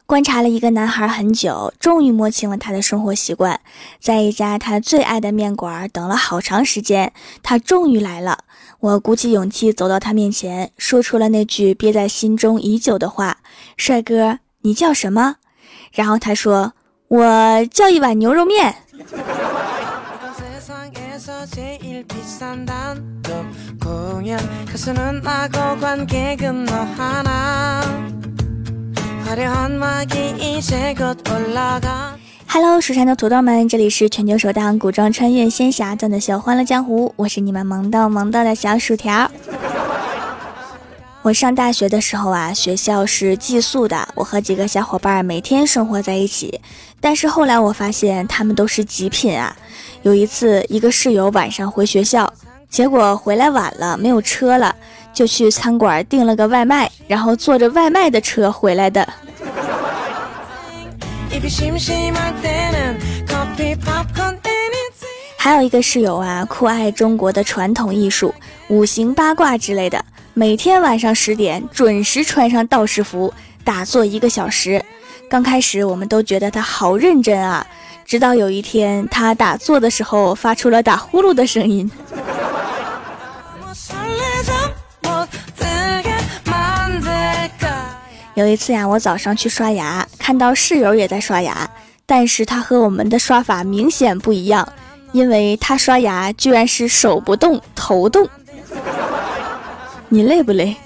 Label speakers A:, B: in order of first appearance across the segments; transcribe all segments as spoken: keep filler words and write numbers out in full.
A: 观察了一个男孩很久，终于摸清了他的生活习惯。在一家他最爱的面馆等了好长时间，他终于来了。我鼓起勇气走到他面前，说出了那句憋在心中已久的话：帅哥，你叫什么？然后他说：我叫一碗牛肉面。Hello， 蜀山的土豆们，这里是全球首档古装穿越仙侠段的秀欢乐江湖，我是你们萌到萌到的小薯条。我上大学的时候啊，学校是寄宿的，我和几个小伙伴每天生活在一起，但是后来我发现他们都是极品啊。有一次，一个室友晚上回学校，结果回来晚了，没有车了，就去餐馆订了个外卖，然后坐着外卖的车回来的。还有一个室友啊，酷爱中国的传统艺术，五行八卦之类的，每天晚上十点准时穿上道士服，打坐一个小时。刚开始我们都觉得他好认真啊，直到有一天他打坐的时候发出了打呼噜的声音。有一次呀，我早上去刷牙，看到室友也在刷牙，但是他和我们的刷法明显不一样，因为他刷牙居然是手不动头动。你累不累？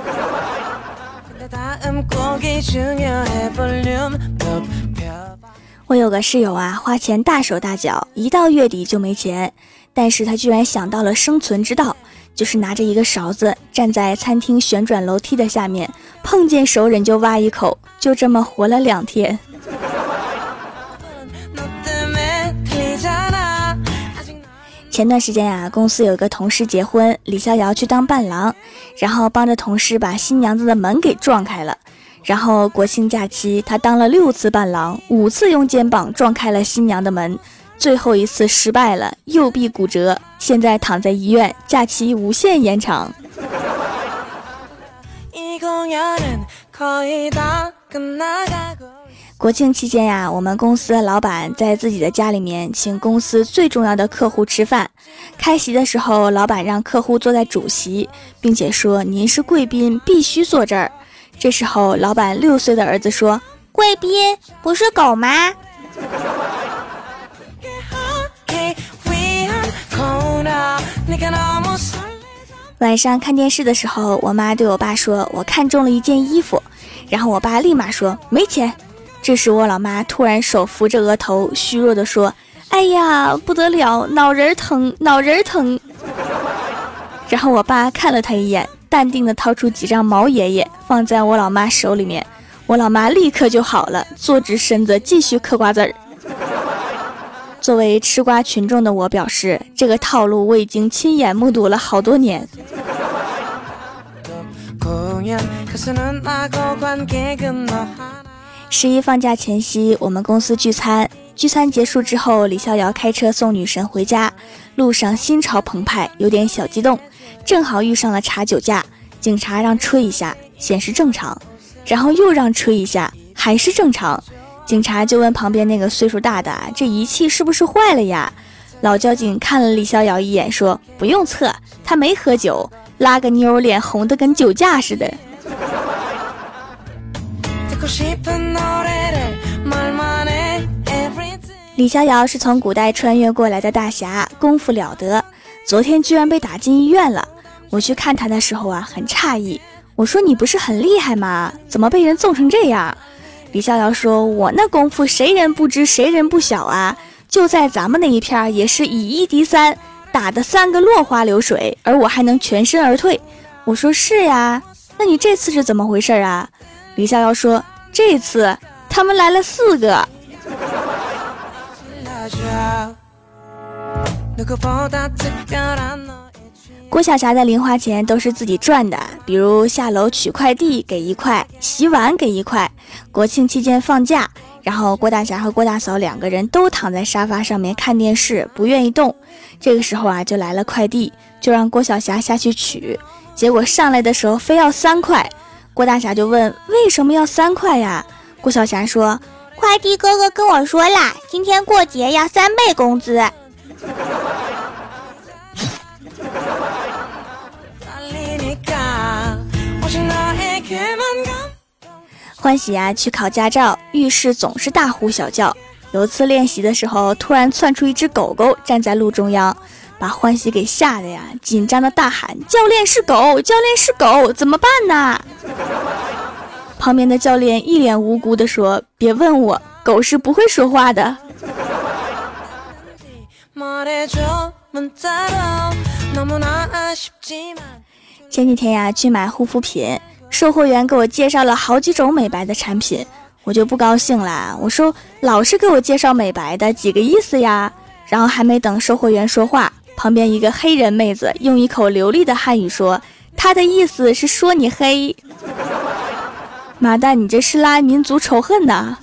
A: 我有个室友啊，花钱大手大脚，一到月底就没钱，但是他居然想到了生存之道，就是拿着一个勺子站在餐厅旋转楼梯的下面，碰见熟人就挖一口，就这么活了两天。前段时间啊，公司有一个同事结婚，李逍遥去当伴郎，然后帮着同事把新娘子的门给撞开了。然后国庆假期他当了六次伴郎，五次用肩膀撞开了新娘的门，最后一次失败了，右臂骨折，现在躺在医院，假期无限延长。国庆期间呀，我们公司的老板在自己的家里面请公司最重要的客户吃饭。开席的时候，老板让客户坐在主席，并且说您是贵宾，必须坐这儿。这时候老板六岁的儿子说：贵宾不是狗吗？晚上看电视的时候，我妈对我爸说我看中了一件衣服，然后我爸立马说没钱。这时我老妈突然手扶着额头，虚弱地说：哎呀不得了，脑仁疼脑仁疼。然后我爸看了他一眼，淡定地掏出几张毛爷爷放在我老妈手里面，我老妈立刻就好了，坐直身子继续嗑瓜子儿。作为吃瓜群众的我表示，这个套路我已经亲眼目睹了好多年。十一放假前夕，我们公司聚餐，聚餐结束之后，李逍遥开车送女神回家，路上心潮澎湃，有点小激动，正好遇上了查酒驾，警察让吹一下，显示正常，然后又让吹一下，还是正常，警察就问旁边那个岁数大的，这仪器是不是坏了呀？老交警看了李逍遥一眼说，不用测，他没喝酒，拉个妞脸红得跟酒驾似的。李逍遥是从古代穿越过来的大侠，功夫了得，昨天居然被打进医院了。我去看他的时候啊，很诧异，我说你不是很厉害吗？怎么被人揍成这样？李逍遥说，我那功夫谁人不知谁人不晓啊，就在咱们那一片也是以一敌三，打得三个落花流水，而我还能全身而退。我说是呀，那你这次是怎么回事啊？李逍遥说，这次他们来了四个。郭晓霞的零花钱都是自己赚的，比如下楼取快递给一块，洗碗给一块。国庆期间放假，然后郭大侠和郭大嫂两个人都躺在沙发上面看电视，不愿意动。这个时候啊，就来了快递，就让郭晓霞下去取，结果上来的时候非要三块。郭大侠就问为什么要三块呀？ 郭晓霞说，快递哥哥跟我说啦，今天过节要三倍工资。欢喜啊去考驾照，遇事总是大呼小叫。有次练习的时候，突然窜出一只狗狗站在路中央，把欢喜给吓得呀，紧张的大喊，教练是狗，教练是狗，怎么办呢？旁边的教练一脸无辜地说，别问我，狗是不会说话的。前几天呀去买护肤品，售货员给我介绍了好几种美白的产品，我就不高兴啦，我说老是给我介绍美白的，几个意思呀？然后还没等售货员说话，旁边一个黑人妹子用一口流利的汉语说，他的意思是说你黑。妈蛋，你这是拉民族仇恨呐！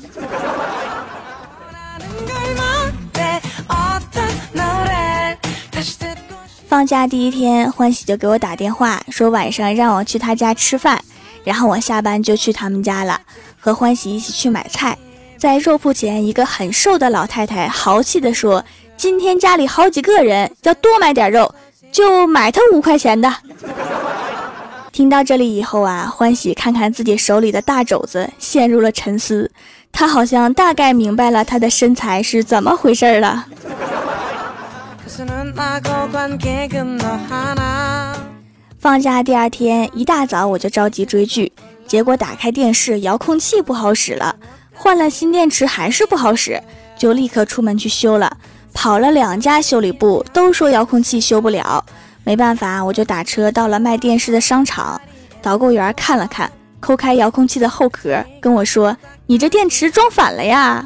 A: 放假第一天，欢喜就给我打电话说晚上让我去他家吃饭，然后我下班就去他们家了，和欢喜一起去买菜。在肉铺前，一个很瘦的老太太豪气地说，今天家里好几个人，要多买点肉，就买他五块钱的。听到这里以后啊，欢喜看看自己手里的大肘子，陷入了沉思。他好像大概明白了他的身材是怎么回事了。放假第二天一大早我就着急追剧，结果打开电视，遥控器不好使了，换了新电池还是不好使，就立刻出门去修了。跑了两家修理部，都说遥控器修不了，没办法，我就打车到了卖电视的商场。导购员看了看，抠开遥控器的后壳，跟我说，你这电池装反了呀。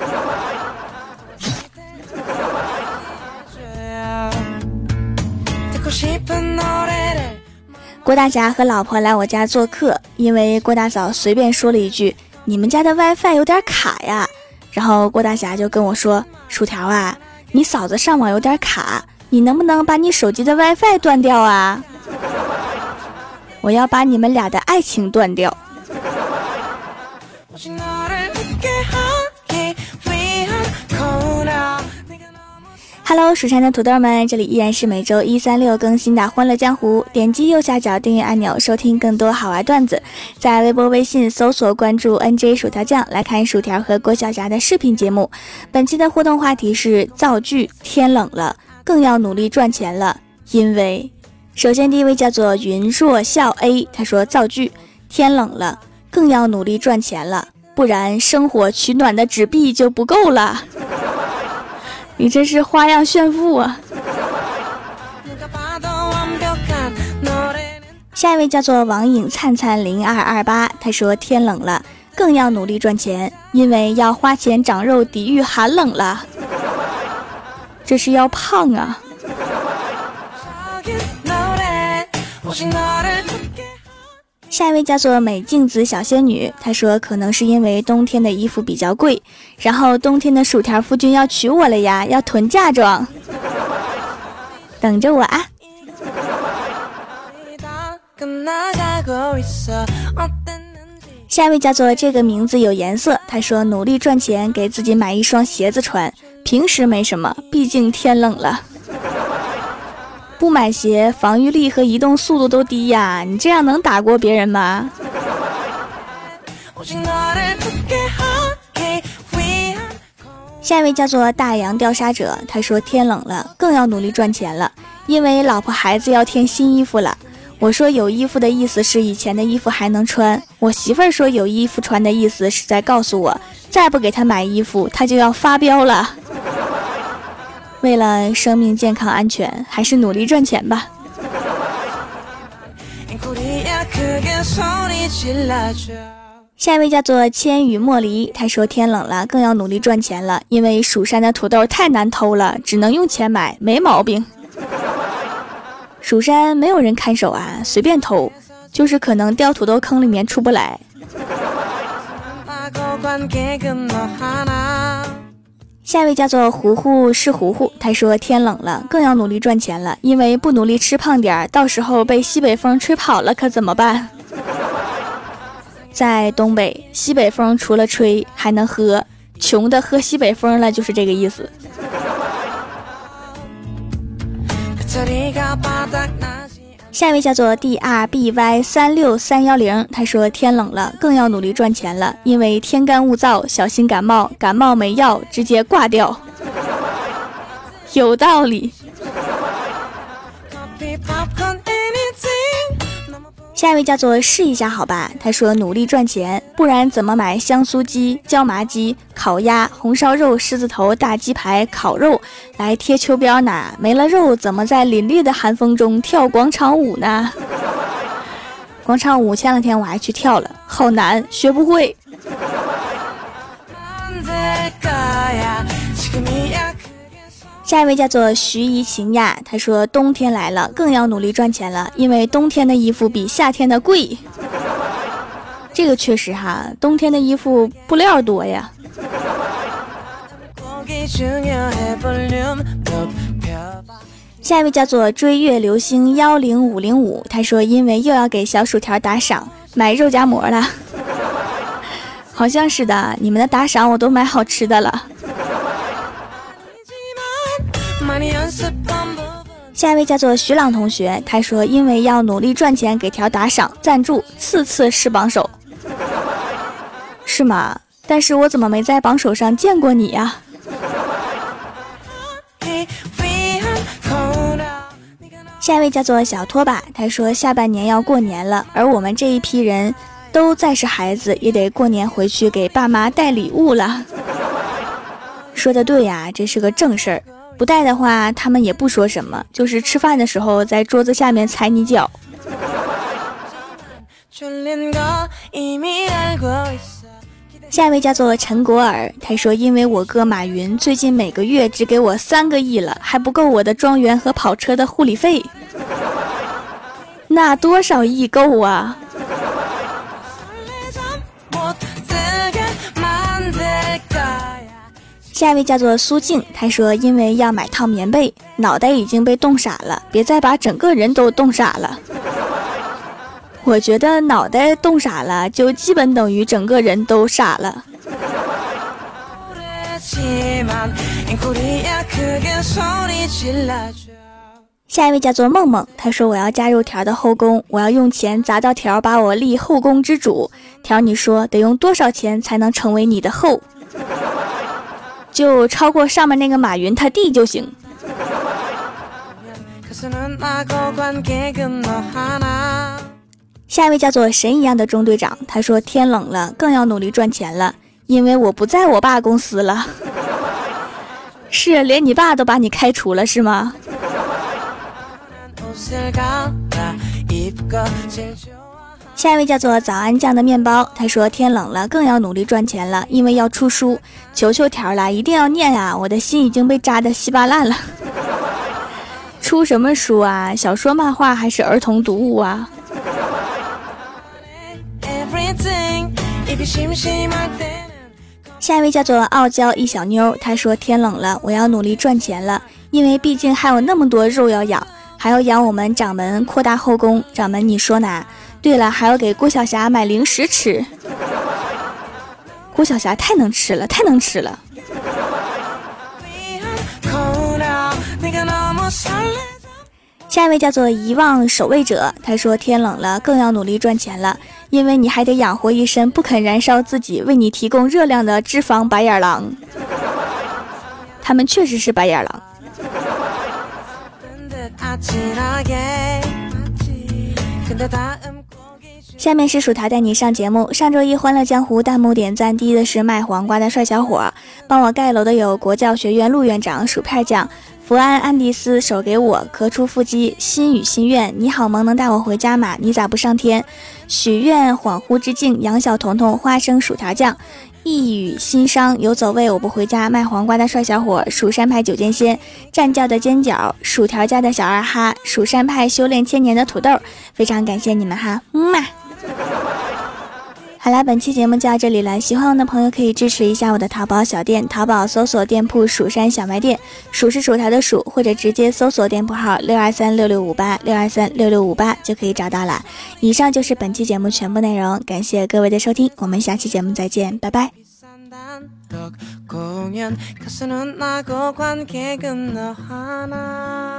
A: 郭大侠和老婆来我家做客，因为郭大嫂随便说了一句，你们家的 WiFi 有点卡呀。然后郭大侠就跟我说，薯条啊，你嫂子上网有点卡，你能不能把你手机的 WiFi 断掉啊？我要把你们俩的爱情断掉。Hello， 蜀山的土豆们，这里依然是每周一、三、六更新的《欢乐江湖》。点击右下角订阅按钮，收听更多好玩段子。在微博、微信搜索关注 N J 薯条酱，来看薯条和郭晓霞的视频节目。本期的互动话题是造句：天冷了，更要努力赚钱了。因为，首先第一位叫做云若笑 A， 他说造句：天冷了，更要努力赚钱了，不然生活取暖的纸币就不够了。你这是花样炫富啊！下一位叫做网瘾灿灿零二二八，他说天冷了，更要努力赚钱，因为要花钱长肉抵御寒冷了。这是要胖啊！下一位叫做美镜子小仙女，她说可能是因为冬天的衣服比较贵，然后冬天的薯条夫君要娶我了呀，要囤嫁妆，等着我啊。下一位叫做这个名字有颜色，他说努力赚钱给自己买一双鞋子穿，平时没什么，毕竟天冷了。不买鞋，防御力和移动速度都低呀，你这样能打过别人吗？下一位叫做大洋调查者，他说天冷了，更要努力赚钱了，因为老婆孩子要添新衣服了。我说有衣服的意思是以前的衣服还能穿，我媳妇儿说有衣服穿的意思是在告诉我，再不给她买衣服，她就要发飙了。为了生命健康安全，还是努力赚钱吧。下一位叫做千羽莫离，他说天冷了，更要努力赚钱了，因为蜀山的土豆太难偷了，只能用钱买，没毛病。蜀山没有人看守啊，随便偷，就是可能掉土豆坑里面出不来。下一位叫做糊糊是糊糊，他说天冷了，更要努力赚钱了，因为不努力吃胖点，到时候被西北风吹跑了可怎么办？ 在东北，西北风除了吹还能喝，穷的喝西北风了，就是这个意思。下一位叫做 D R B Y 三六三一零，他说天冷了更要努力赚钱了，因为天干物燥，小心感冒，感冒没药直接挂掉。有道理。下一位叫做试一下好吧，他说努力赚钱，不然怎么买香酥鸡、椒麻鸡、烤鸭、红烧肉、狮子头、大鸡排、烤肉来贴秋膘呢？没了肉怎么在凛冽的寒风中跳广场舞呢？广场舞前两天我还去跳了，好难，学不会。下一位叫做徐怡晴呀，他说冬天来了更要努力赚钱了，因为冬天的衣服比夏天的贵。这个确实哈，冬天的衣服布料多呀。下一位叫做追月流星一零五零五，他说因为又要给小薯条打赏，买肉夹馍了。好像是的，你们的打赏我都买好吃的了。下一位叫做徐朗同学，他说因为要努力赚钱给条打赏赞助，次次是榜首。是吗？但是我怎么没在榜首上见过你呀？下一位叫做小拖把，他说下半年要过年了，而我们这一批人都再是孩子也得过年回去给爸妈带礼物了。说的对呀，这是个正事儿，不带的话他们也不说什么，就是吃饭的时候在桌子下面踩你脚。下一位叫做陈国尔，他说因为我哥马云最近每个月只给我三个亿了，还不够我的庄园和跑车的护理费。那多少亿够啊？下一位叫做苏静，他说因为要买套棉被，脑袋已经被冻傻了，别再把整个人都冻傻了。我觉得脑袋冻傻了就基本等于整个人都傻了。下一位叫做梦梦，他说我要加入条的后宫，我要用钱砸到条把我立后宫之主。条你说得用多少钱才能成为你的后？就超过上面那个马云他弟就行。下一位叫做神一样的中队长，他说天冷了更要努力赚钱了，因为我不在我爸公司了。是连你爸都把你开除了是吗？下一位叫做早安酱的面包，他说天冷了更要努力赚钱了，因为要出书，求求条了一定要念啊，我的心已经被扎得稀巴烂了。出什么书啊？小说漫画还是儿童读物啊？下一位叫做傲娇一小妞，她说天冷了我要努力赚钱了，因为毕竟还有那么多肉要养，还要养我们掌门扩大后宫。掌门你说呢？对了，还要给郭晓霞买零食吃。郭晓霞太能吃了，太能吃了。下一位叫做遗忘守卫者，他说天冷了更要努力赚钱了，因为你还得养活一身不肯燃烧自己为你提供热量的脂肪白眼狼。他们确实是白眼狼。下面是薯条带你上节目。上周一欢乐江湖弹幕点赞第一的是卖黄瓜的帅小伙，帮我盖楼的有国教学院陆院长、薯片酱、福安安迪斯、手给我、咳出腹肌、心语心愿、你好萌能带我回家吗？你咋不上天？许愿恍惚之境、杨小彤彤、花生薯条酱、一语心伤、游走位我不回家、卖黄瓜的帅小伙、蜀山派九剑仙、战叫的尖角、薯条家的小二哈、蜀山派修炼千年的土豆，非常感谢你们哈，嗯嘛。 好啦，本期节目就到这里了，喜欢我的朋友可以支持一下我的淘宝小店，淘宝搜索店铺蜀山小卖店，蜀是薯条的蜀，或者直接搜索店铺号六二三六六五八六二三六六五八就可以找到了。以上就是本期节目全部内容，感谢各位的收听，我们下期节目再见，拜拜。 공연 가수는 나고 관객은 너 하나